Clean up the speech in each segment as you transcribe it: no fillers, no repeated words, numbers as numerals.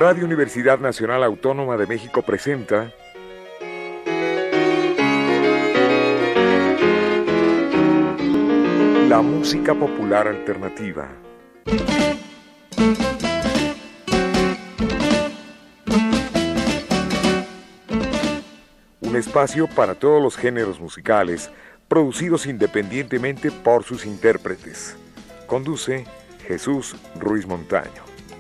Radio Universidad Nacional Autónoma de México presenta la música popular alternativa. Un espacio para todos los géneros musicales, producidos independientemente por sus intérpretes. Conduce Jesús Ruiz Montaño.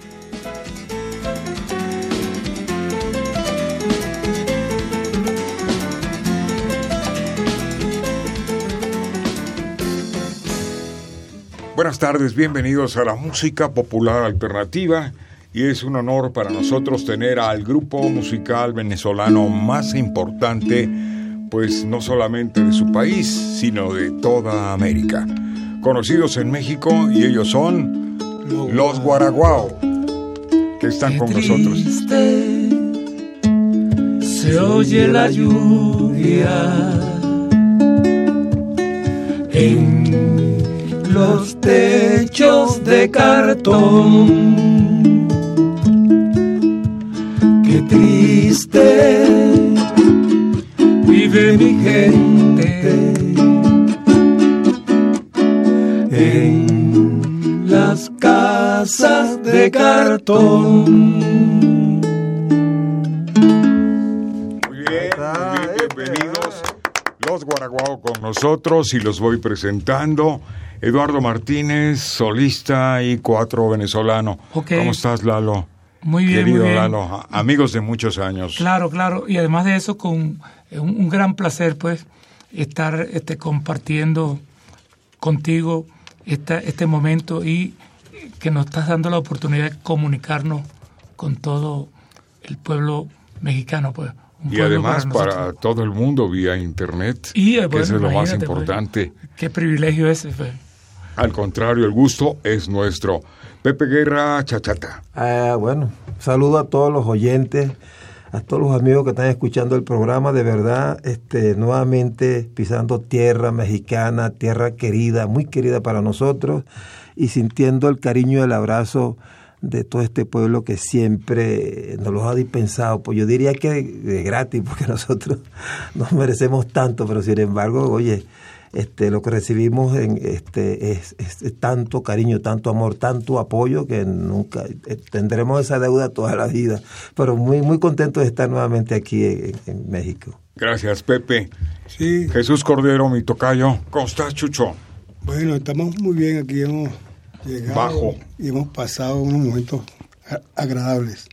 Buenas tardes, bienvenidos a la música popular alternativa, y es un honor para nosotros tener al grupo musical venezolano más importante, pues no solamente de su país, sino de toda América. Conocidos en México, y ellos son Los Guaraguao, que están con nosotros. Se oye la lluvia en los techos de cartón. Qué triste vive mi gente en las casas de cartón. Muy bien, bienvenidos Los Guaraguao con nosotros, y los voy presentando. Eduardo Martínez, solista y cuatro venezolano. Okay. ¿Cómo estás, Lalo? Muy bien, querido muy bien. Lalo, amigos de muchos años. Claro, claro. Y además de eso, con un gran placer, pues, estar compartiendo contigo este momento, y que nos estás dando la oportunidad de comunicarnos con todo el pueblo mexicano, pues. Y además para todo el mundo vía internet, y, que eso es lo más importante. Pues, qué privilegio ese, pues. Al contrario, el gusto es nuestro. Pepe Guerra, Chachata. Bueno, saludo a todos los oyentes, a todos los amigos que están escuchando el programa. De verdad, nuevamente pisando tierra mexicana, tierra querida, muy querida para nosotros, y sintiendo el cariño y el abrazo de todo este pueblo que siempre nos los ha dispensado. Pues yo diría que de gratis, porque nosotros no merecemos tanto, pero sin embargo, oye, lo que recibimos es tanto cariño, tanto amor, tanto apoyo, que nunca tendremos esa deuda toda la vida. Pero muy, muy contento de estar nuevamente aquí en México. Gracias, Pepe. Sí. Jesús Cordero, mi tocayo. ¿Cómo estás, Chucho? Bueno, estamos muy bien aquí, hemos llegado Bajo. Y hemos pasado unos momentos agradables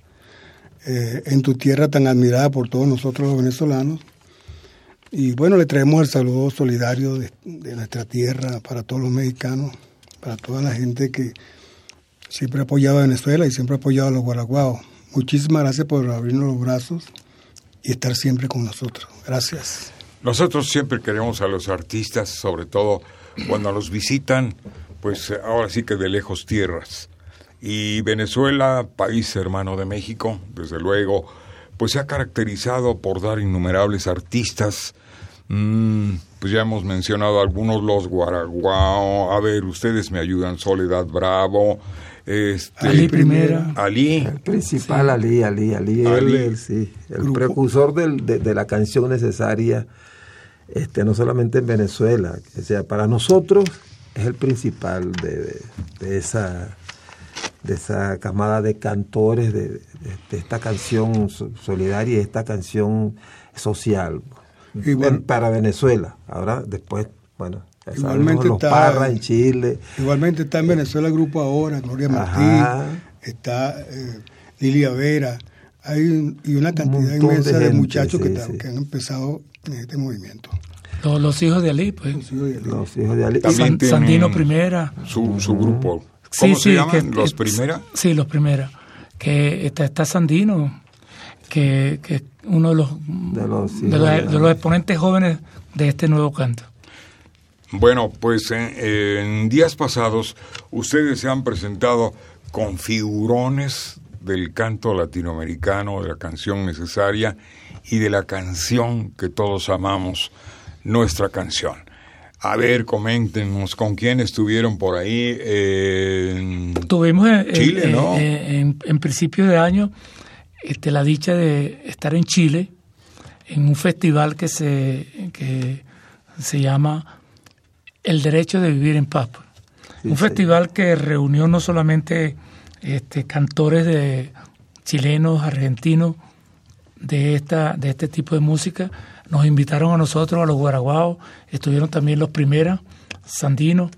en tu tierra tan admirada por todos nosotros los venezolanos. Y bueno, le traemos el saludo solidario de nuestra tierra para todos los mexicanos, para toda la gente que siempre ha apoyado a Venezuela y siempre ha apoyado a los guaraguaos. Muchísimas gracias por abrirnos los brazos y estar siempre con nosotros. Gracias. Nosotros siempre queremos a los artistas, sobre todo cuando los visitan, pues ahora sí que de lejos tierras. Y Venezuela, país hermano de México, desde luego, pues se ha caracterizado por dar innumerables artistas. Pues ya hemos mencionado algunos, Los Guaraguao. A ver, ustedes me ayudan. Soledad Bravo, Ali Primera. Ali. El principal, sí. Ali. Él, sí, el precursor de la canción necesaria, no solamente en Venezuela. O sea, para nosotros es el principal de esa camada de cantores de esta canción solidaria y esta canción social. Igual, para Venezuela. Ahora, después, bueno, igualmente los Parra en Chile. Igualmente está en Venezuela el grupo Ahora, Gloria Martín, está Lilia Vera, y una cantidad inmensa de muchachos que han empezado en este movimiento. Los hijos de Ali, pues. Los hijos de Ali. Sandino Primera. Su grupo. ¿Cómo se llaman? ¿Los Primera? Sí, Los Primera. Que está Sandino, que es uno de los exponentes jóvenes de este nuevo canto. Bueno, pues en días pasados ustedes se han presentado con figurones del canto latinoamericano, de la canción necesaria y de la canción que todos amamos, nuestra canción. A ver, coméntenos con quién estuvieron por ahí. Tuvimos Chile, ¿no? En principio de año la dicha de estar en Chile en un festival que se llama El Derecho de Vivir en Paz. Un festival que reunió no solamente cantores de chilenos, argentinos, de este tipo de música. Nos invitaron a nosotros, a los guaraguaos, estuvieron también los Primeras, Sandino,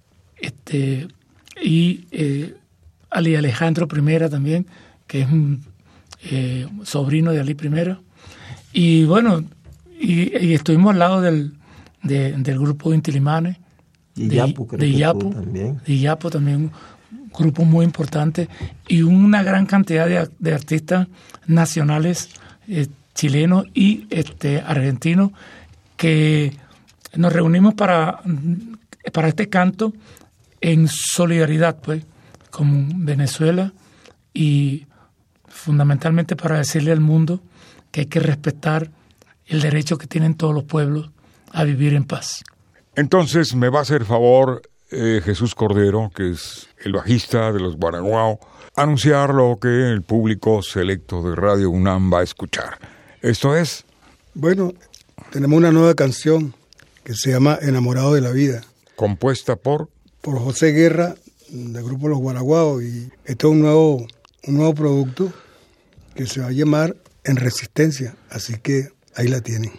y Ali Alejandro Primera también, que es un sobrino de Ali Primera. Y bueno, y estuvimos al lado del grupo Inti Illimani, de Iyapu también, un grupo muy importante, y una gran cantidad de artistas nacionales chilenos y argentinos, que nos reunimos para este canto en solidaridad pues con Venezuela, y fundamentalmente para decirle al mundo que hay que respetar el derecho que tienen todos los pueblos a vivir en paz. Entonces me va a hacer favor Jesús Cordero, que es el bajista de los Guaraguao, anunciar lo que el público selecto de Radio UNAM va a escuchar. Esto es... Bueno, tenemos una nueva canción que se llama Enamorado de la Vida. Compuesta por José Guerra, del grupo Los Guaraguao, y esto es un nuevo producto que se va a llamar En Resistencia, así que ahí la tienen.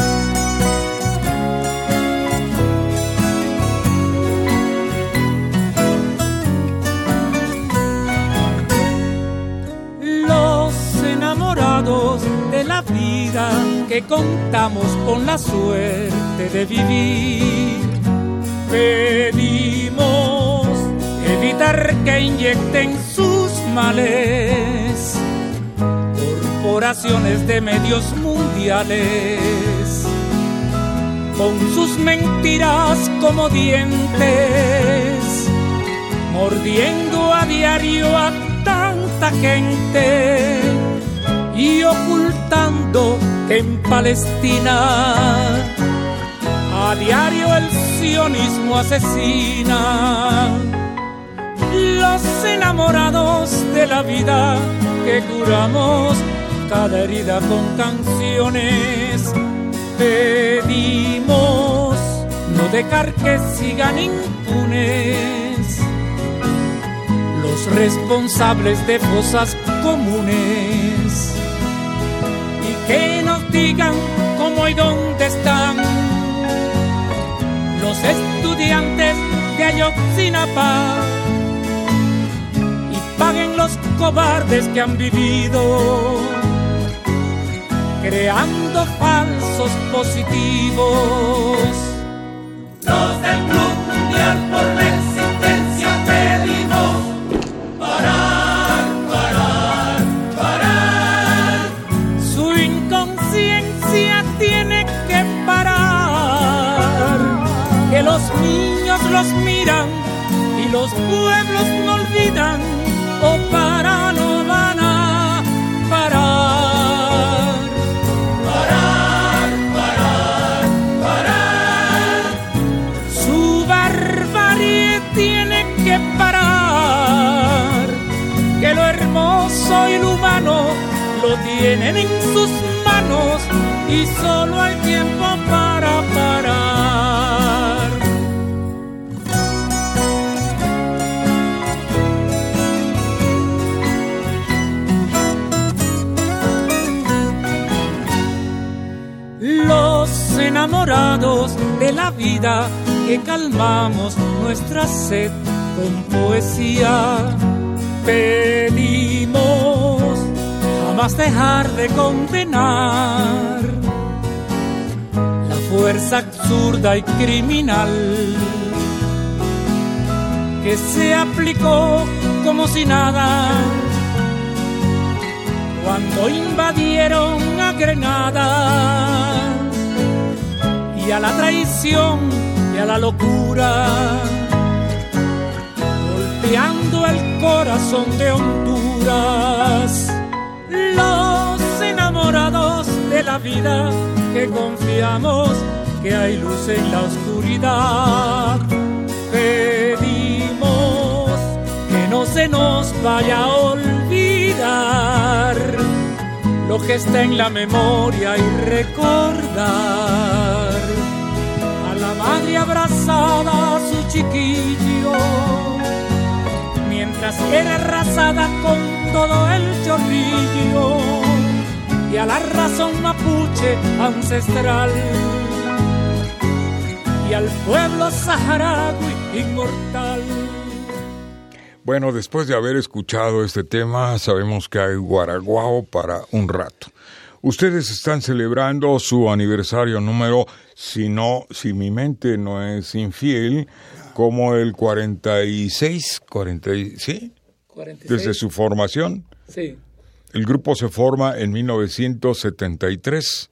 De la vida que contamos con la suerte de vivir, pedimos evitar que inyecten sus males corporaciones de medios mundiales, con sus mentiras como dientes, mordiendo a diario a tanta gente y ocultando que en Palestina a diario el sionismo asesina. Los enamorados de la vida que curamos cada herida con canciones, pedimos no dejar que sigan impunes los responsables de fosas comunes, y que nos digan cómo y dónde están los estudiantes de Ayotzinapa, y paguen los cobardes que han vivido creando falsos positivos. Los del Club Mundial por la Existencia pedimos parar, parar, parar. Su inconsciencia tiene que parar, que los niños los miran y los pueblos no olvidan, o para no van a parar. Parar, parar, parar. Su barbarie tiene que parar, que lo hermoso y lo humano lo tienen en sus manos y solo hay tiempo para parar. Los enamorados de la vida que calmamos nuestra sed con poesía, pedimos jamás dejar de condenar la fuerza absurda y criminal que se aplicó como si nada cuando invadieron a Grenada, y a la traición y a la locura, golpeando el corazón de Honduras. Los enamorados de la vida que confiamos que hay luz en la oscuridad, pedimos que no se nos vaya a olvidar lo que está en la memoria y recordar a la madre abrazada a su chiquillo mientras era arrasada con todo el chorrillo, y a la razón mapuche ancestral y al pueblo saharaui inmortal. Bueno, después de haber escuchado este tema, sabemos que hay guaraguao para un rato. Ustedes están celebrando su aniversario número, si mi mente no es infiel, como el 46, ¿sí? 46. Desde su formación. Sí. El grupo se forma en 1973.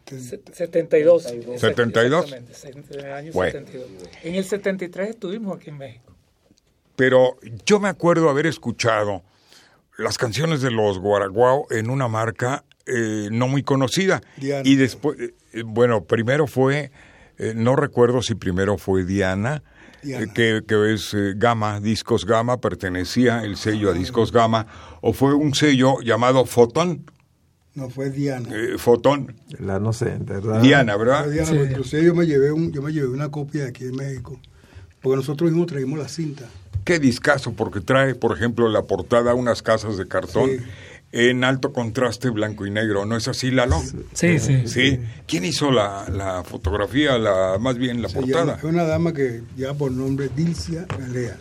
72. 72. Exactamente, en el año bueno. 72. En el 73 estuvimos aquí en México. Pero yo me acuerdo haber escuchado las canciones de los guaraguao en una marca no muy conocida. Diana. Y después, primero fue, no recuerdo si primero fue Diana. Que es Gama, Discos Gama, pertenecía el sello a Discos Gama, o fue un sello llamado Fotón. No, fue Diana. Fotón. La no sé, ¿verdad? Diana, ¿verdad? Fue Diana, Sí. porque entonces yo me llevé una copia de aquí en México, porque nosotros mismos traímos la cinta. Qué discazo, porque trae, por ejemplo, la portada unas casas de cartón. Sí. En alto contraste blanco y negro, ¿no es así, Lalo? Sí. Sí. ¿Quién hizo la fotografía, más bien la portada? Es una dama que lleva por nombre Dilcia Galea.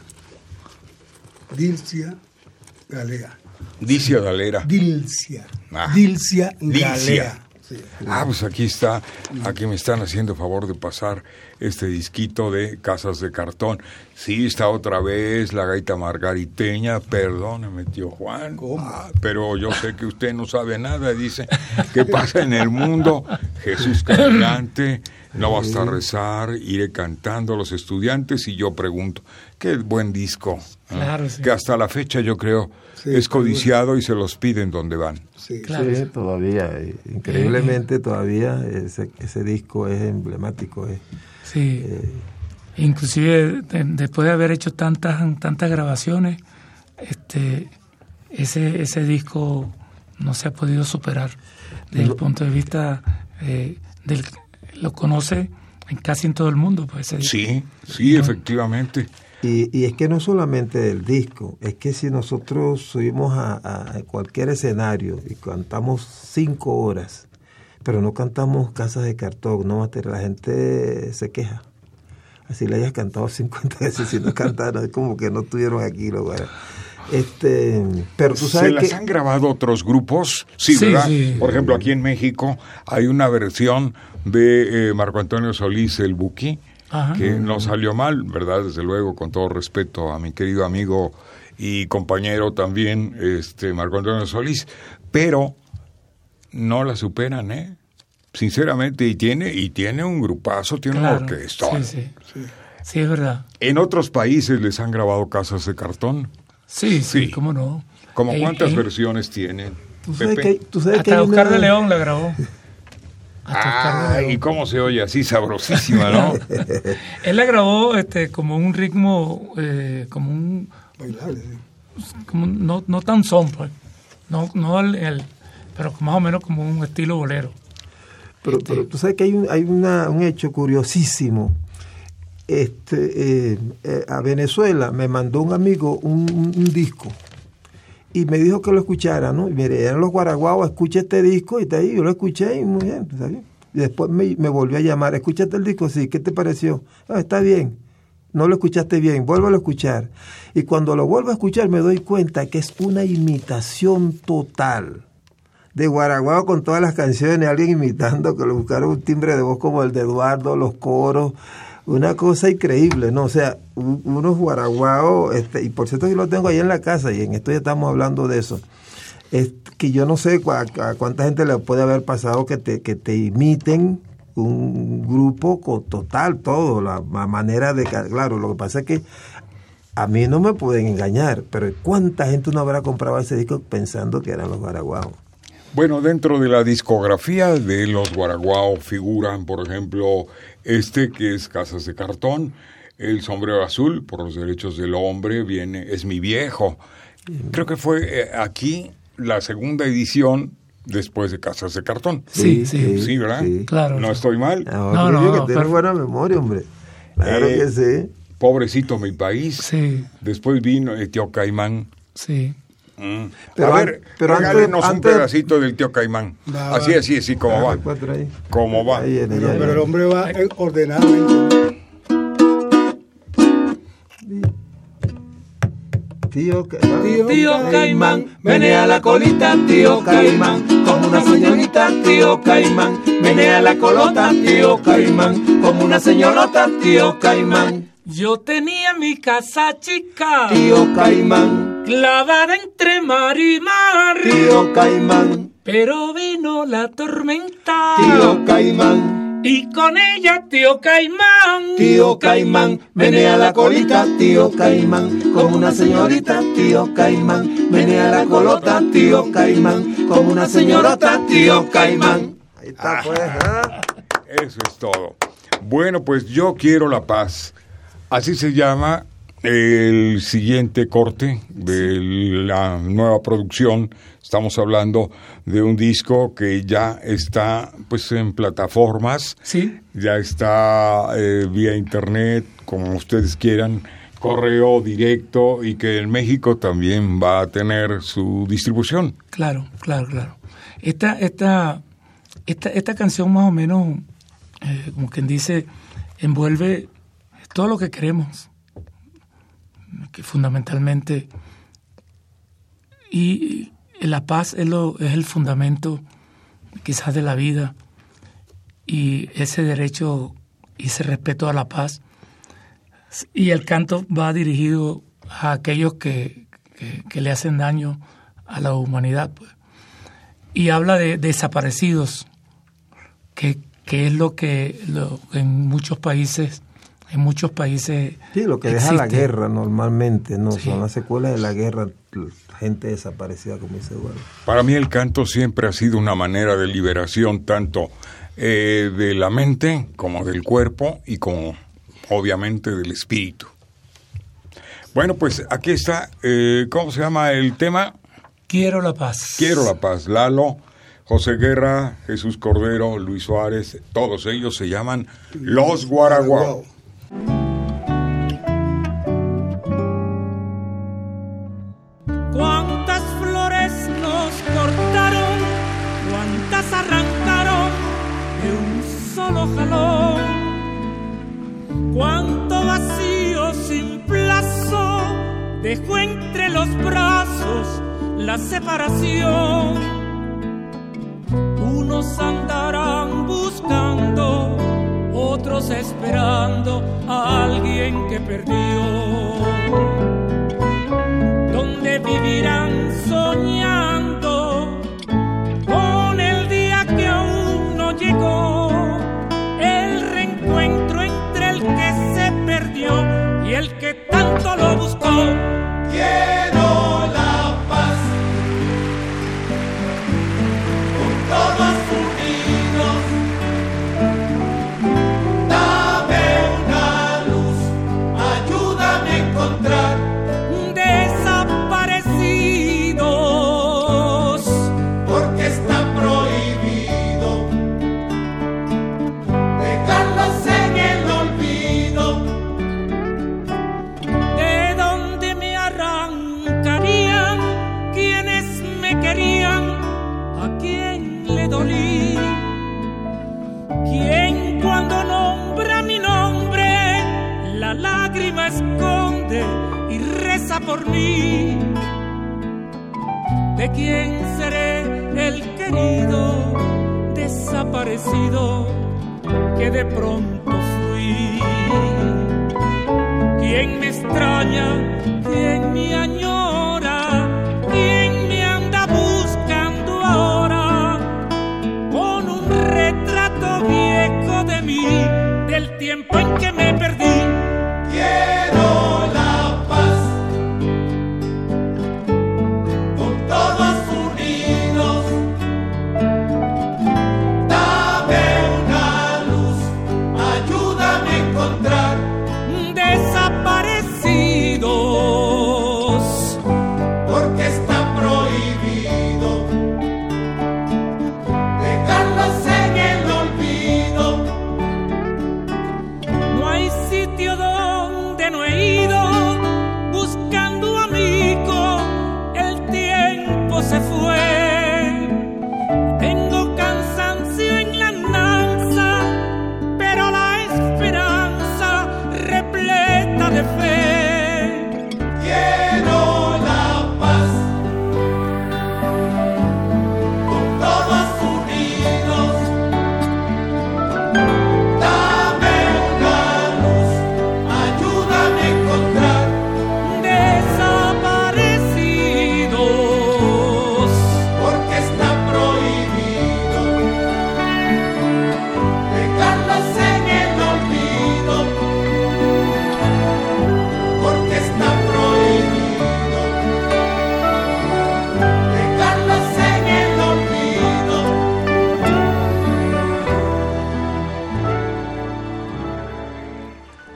Dilcia Galea. Dicia Galera. Dilcia. Ah. Dilcia Dilcia. Galea. Sí. Pues aquí está, aquí me están haciendo favor de pasar este disquito de Casas de Cartón. Sí, está otra vez la gaita margariteña, perdóneme, tío Juan. Pero yo sé que usted no sabe nada, dice, ¿qué pasa en el mundo? Jesús caminante, no basta rezar, iré cantando a los estudiantes, y yo pregunto, qué buen disco, ¿no? Claro, sí. Que hasta la fecha yo creo es codiciado y se los piden donde van. Sí. Claro. Sí, todavía, increíblemente todavía ese disco es emblemático. Sí. Inclusive después de haber hecho tantas grabaciones, ese disco no se ha podido superar desde el punto de vista lo conoce casi en todo el mundo, pues, ese disco. Sí, efectivamente. Y es que no solamente el disco, es que si nosotros subimos a cualquier escenario y cantamos 5 horas, pero no cantamos Casas de Cartón, no material, la gente se queja. Así le hayas cantado 50 veces, si no cantaron, es como que no estuvieron aquí. Pero tú sabes ¿Se las han grabado otros grupos? Sí, ¿verdad? Sí. Por ejemplo, aquí en México hay una versión de Marco Antonio Solís, el Buki, que no salió mal, ¿verdad? Desde luego, con todo respeto a mi querido amigo y compañero también, Marco Antonio Solís, pero no la superan, sinceramente, y tiene un grupazo, tiene una orquesta. Sí, es verdad. ¿En otros países les han grabado Casas de Cartón? Sí, cómo no. ¿Cómo cuántas versiones tienen? ¿Tú sabes hasta Oscar de León la grabó. ¿Y cómo se oye? Así sabrosísima, ¿no? Él la grabó como un ritmo, como un... Bailable, como no tan son, pues. No pero más o menos como un estilo bolero. Pero tú sabes que hay un hecho curiosísimo. A Venezuela me mandó un amigo un disco y me dijo que lo escuchara, ¿no? Y mire, eran los guaraguao, escucha este disco, y ahí yo lo escuché y muy bien, está bien. Y después me volvió a llamar, ¿escuchaste el disco? Sí, ¿qué te pareció? Está bien. No lo escuchaste bien, vuélvelo a escuchar. Y cuando lo vuelvo a escuchar me doy cuenta que es una imitación total de guaraguao con todas las canciones, alguien imitando, que le buscaron un timbre de voz como el de Eduardo, los coros, una cosa increíble, ¿no? O sea, unos guaraguao, y por cierto yo lo tengo ahí en la casa, y en esto ya estamos hablando de eso, que yo no sé a cuánta gente le puede haber pasado que te imiten un grupo con total, todo, la manera de... Claro, lo que pasa es que a mí no me pueden engañar, pero ¿cuánta gente no habrá comprado ese disco pensando que eran los guaraguao? Bueno, dentro de la discografía de los guaraguao figuran, por ejemplo, que es Casas de Cartón, El Sombrero Azul, Por los Derechos del Hombre, Es mi viejo. Creo que fue aquí la segunda edición después de Casas de Cartón. Sí, Sí, ¿verdad? Sí. Claro. No estoy mal. No, que tienes buena memoria, hombre. Claro que sí. Pobrecito mi país. Sí, Después vino el Tío Caimán. sí. Pero A ver, pero regálenos un antes- pedacito del Tío Caimán. Va, Así, como va. Encuentra ahí. Como va. Ahí viene, Pero, ya pero el viene. hombre va ordenadamente. Tío Caimán. Tío Caimán, menea la colita, tío Caimán, como una señorita, tío Caimán, menea la colota, tío Caimán, como una señorota, tío Caimán. Yo tenía mi casa chica, Tío Caimán. clavada entre mar y mar, Tío Caimán. pero vino la tormenta, Tío Caimán. y con ella tío Caimán, Tío Caimán, menea la colita, tío Caimán, como una señorita, tío Caimán, menea la colota, tío Caimán, como una señorota, tío Caimán. Ahí está, pues, ¿ah? Eso es todo. Bueno, pues Yo Quiero la Paz. Así se llama el siguiente corte de la nueva producción. Estamos hablando de un disco que ya está pues en plataformas, Sí, ya está vía internet, como ustedes quieran, correo directo, y que en México también va a tener su distribución. claro. Esta canción más o menos, como quien dice, envuelve todo lo que queremos, que fundamentalmente, y la paz es el fundamento quizás de la vida, y ese derecho y ese respeto a la paz. Y el canto va dirigido a aquellos que le hacen daño a la humanidad, pues. Y habla de desaparecidos, que es lo que en muchos países Sí, lo que deja la existe. guerra normalmente, ¿no? Sí. Son las secuelas de la guerra, gente desaparecida, como dice Eduardo. Para mí el canto siempre ha sido una manera de liberación, tanto de la mente como del cuerpo y como obviamente del espíritu. Bueno, pues aquí está, ¿cómo se llama el tema? Quiero la paz. Quiero la Paz. Lalo, José Guerra, Jesús Cordero, Luis Suárez, todos ellos se llaman Los Guaraguao. Cuántas flores nos cortaron, cuántas arrancaron de un solo jalón, cuánto vacío sin plazo dejó entre los brazos la separación. Unos andarán buscando, otros esperando a alguien que perdió. Donde vivirán soñando con el día que aún no llegó, el reencuentro entre el que se perdió y el que tanto lo buscó. Quiero la paz, con todos unidos, dame una luz, ayúdame a encontrar desaparecidos, porque está prohibido dejarlos en el olvido. ¿De dónde me arrancarían quienes me querían? ¿A quién le dolí? ¿Quién cuando nombra mi nombre la lágrima esconde y reza por mí? ¿De quién seré el querido desaparecido que de pronto fui? ¿Quién me extraña? ¿Quién me añora? ¿Quién me anda buscando ahora? Con un retrato viejo de mí, del tiempo en que me perdí. Quiero la paz, con todos unidos, dame una luz, ayúdame a encontrar desaparecidos, porque está prohibido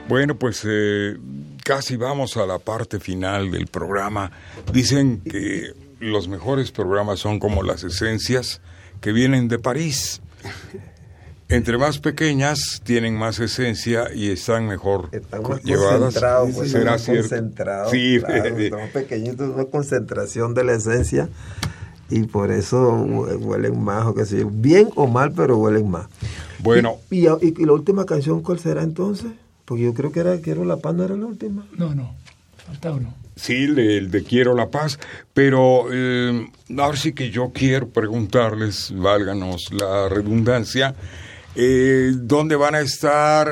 Bueno, pues casi vamos a la parte final del programa. Dicen que los mejores programas son como las esencias que vienen de París. Entre más pequeñas tienen más esencia y están mejor llevadas. Pues, ¿Será cierto? Concentrados, sí, claro, estamos pequeñitos, una concentración de la esencia y por eso huelen más o qué sé yo, bien o mal, pero huelen más. Bueno. ¿Y la última canción cuál será entonces? Porque yo creo que Quiero la Paz, ¿no era la última? No, falta uno. Sí, el de Quiero la Paz, pero ahora sí que yo quiero preguntarles, válganos la redundancia, ¿dónde van a estar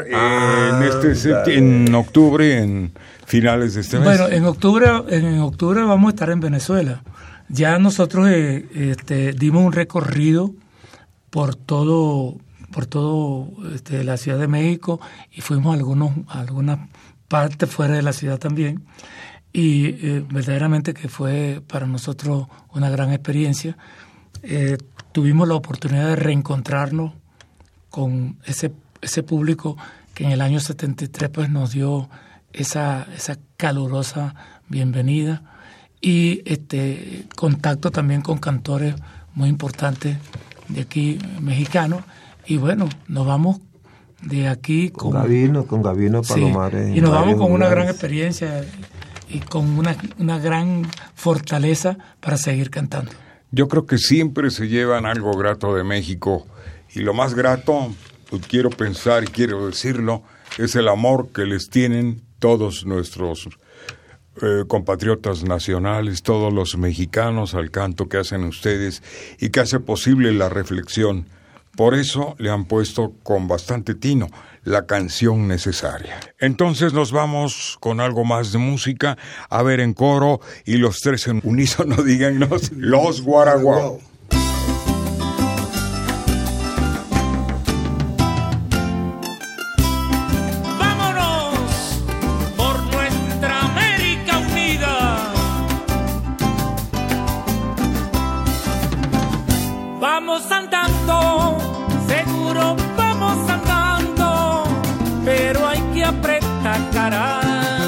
en octubre, en finales de este mes? Bueno, en octubre vamos a estar en Venezuela. Ya nosotros dimos un recorrido por todo la Ciudad de México y fuimos a algunas partes fuera de la ciudad también. Y verdaderamente que fue para nosotros una gran experiencia. Tuvimos la oportunidad de reencontrarnos con ese público que en el año 73 pues nos dio esa calurosa bienvenida y contacto también con cantores muy importantes de aquí mexicanos. Y bueno, nos vamos de aquí con Gabino Palomares. Sí, y nos vamos con una gran experiencia y con una gran fortaleza para seguir cantando. Yo creo que siempre se llevan algo grato de México, y lo más grato, pues quiero pensar y quiero decirlo, es el amor que les tienen todos nuestros compatriotas nacionales, todos los mexicanos al canto que hacen ustedes y que hace posible la reflexión. Por eso le han puesto con bastante tino la canción necesaria. Entonces nos vamos con algo más de música, a ver en coro, y los tres en unísono díganos, Los Guaraguao. Vámonos por nuestra América unida. Vamos andando, seguro vamos andando, pero hay que apretar cara.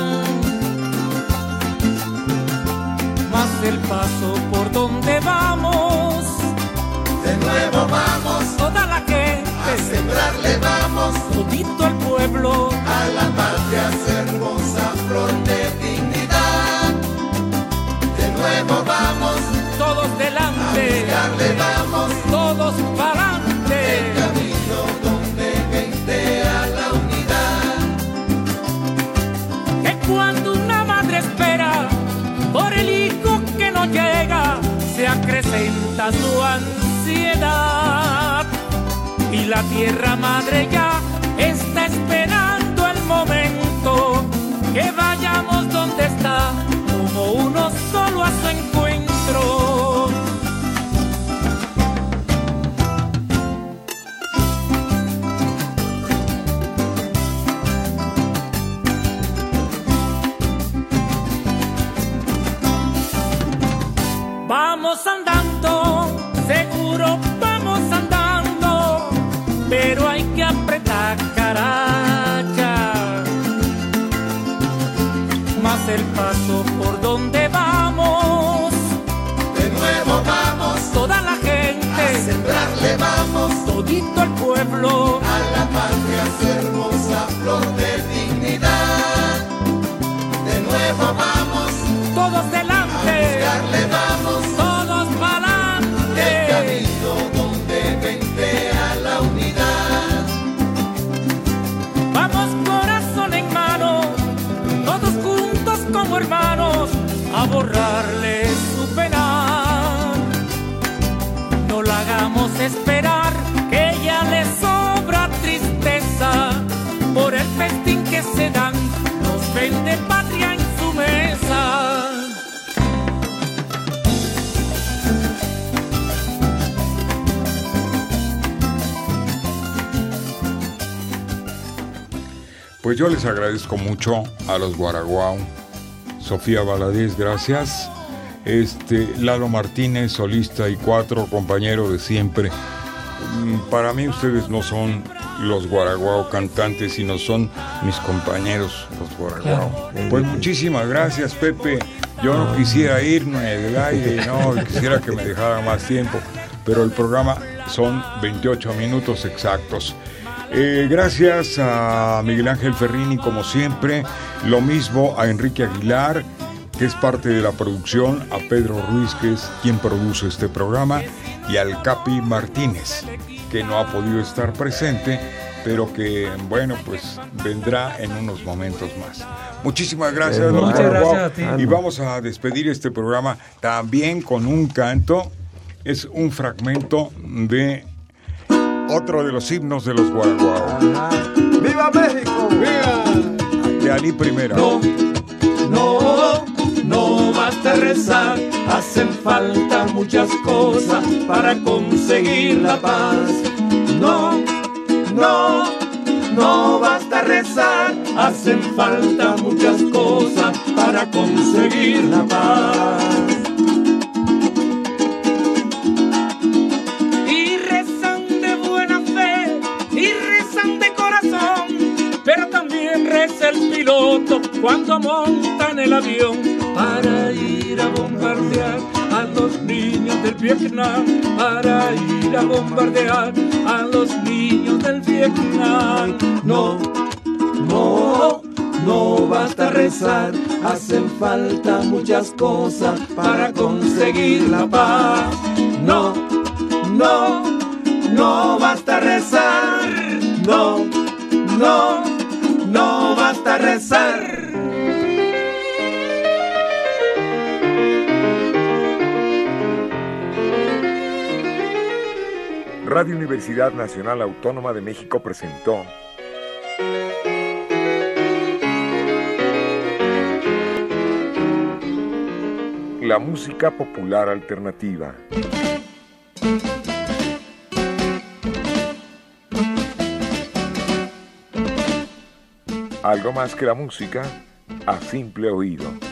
Más el paso por donde vamos, de nuevo vamos, toda la gente, a sembrarle vamos, todito el pueblo, a la patria hermosa flor de dignidad. De nuevo vamos, todos delante, a buscarle vamos, todos para adelante. el camino donde ventea la unidad. Que cuando una madre espera por el hijo que no llega, se acrecenta su ansiedad. Y la tierra madre ya está esperando el momento que vayamos donde está, como uno solo a su encuentro. Vamos andando, seguro vamos andando, pero hay que apretar caracha. Más el paso por donde vamos, de nuevo vamos, toda la gente, a sembrarle vamos, todito el pueblo, a la patria hermosa flor de dignidad. De nuevo vamos, todos delante, buscarle vamos, todos pa'lante. el camino donde ventea la unidad. Vamos corazón en mano, todos juntos como hermanos, a borrarle su pena. No la hagamos esperar, que ya le sobra tristeza por el festín que se dan, nos vende patria en su mesa. Pues yo les agradezco mucho a los Guaraguao. Sofía Valadez, gracias. Lalo Martínez, solista y 4, compañero de siempre. Para mí ustedes no son los Guaraguao cantantes, sino son mis compañeros, los Guaraguao. Claro. Pues muchísimas gracias, Pepe. Yo no quisiera irme del aire, no, quisiera que me dejara más tiempo, pero el programa son 28 minutos exactos. Gracias a Miguel Ángel Ferrini, como siempre. Lo mismo a Enrique Aguilar, que es parte de la producción, a Pedro Ruiz, que es quien produce este programa, y al Capi Martínez, que no ha podido estar presente, pero que, bueno, pues vendrá en unos momentos más. Muchísimas gracias, Muchas doctor gracias Guau. a ti. Y vamos a despedir este programa también con un canto. Es un fragmento de otro de los himnos de los Guaraguao. ¡Viva México! ¡Viva! De Ali Primera. No basta rezar, hacen falta muchas cosas para conseguir la paz. No basta rezar, hacen falta muchas cosas para conseguir la paz. Y rezan de buena fe, y rezan de corazón, pero también reza el piloto cuando monta en el avión para ir a bombardear a los niños del Vietnam, para ir a bombardear a los niños del Vietnam. No basta rezar, hacen falta muchas cosas para conseguir la paz. No basta rezar, no basta rezar. Radio Universidad Nacional Autónoma de México presentó la música popular alternativa. Algo más que la música a simple oído.